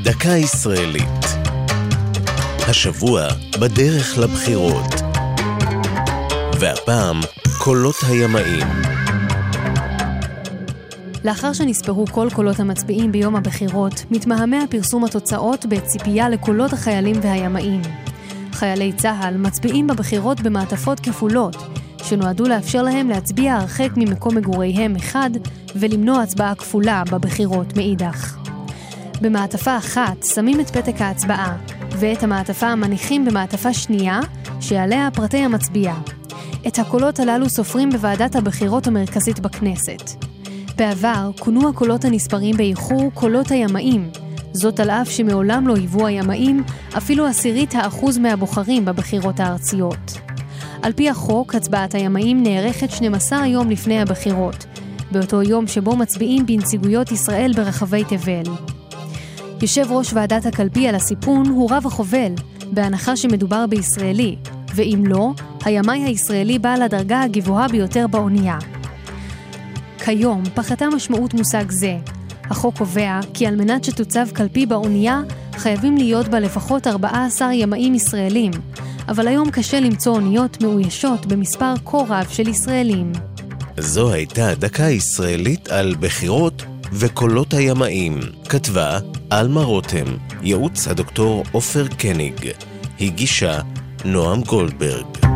דקה ישראלית. השבוע בדרך לבחירות. והפעם קולות הימאים. לאחר שנספרו כל קולות המצביעים ביום הבחירות, מתמהמה פרסום התוצאות בציפייה לקולות החיילים והימאים. חיילי צה"ל מצביעים בבחירות במעטפות כפולות, שנועדו לאפשר להם להצביע הרחק ממקום מגוריהם אחד, ולמנוע הצבעה כפולה בבחירות מאידך. במעטפה אחת שמים את פתק ההצבעה, ואת המעטפה מניחים במעטפה שנייה, שעליה פרטי המצביע. את הקולות הללו סופרים בוועדת הבחירות המרכזית בכנסת. בעבר כונו הקולות הנספרים באיחור קולות הימאים, זאת על אף שמעולם לא היוו הימאים אפילו 0.1% מהבוחרים בבחירות הארציות. על פי החוק, הצבעת הימאים נערכת 12 יום לפני הבחירות, באותו יום שבו מצביעים בנציגויות ישראל ברחבי תבל. יושב ראש ועדת הקלפי על הסיפון הוא רב החובל, בהנחה שמדובר בישראלי, ואם לא, הימאי הישראלי בעל הדרגה הגבוהה ביותר באונייה. כיום פחתה משמעות מושג זה. החוק קובע כי על מנת שתוצב קלפי באונייה, חייבים להיות בה לפחות 14 ימאים ישראלים, אבל היום קשה למצוא אוניות מאוישות במספר כה רב של ישראלים. זו הייתה דקה ישראלית על בחירות וקולות הימאים. כתבה אלמה רותם, ייעוץ הדוקטור עופר קניג, הגישה נועם גולדברג.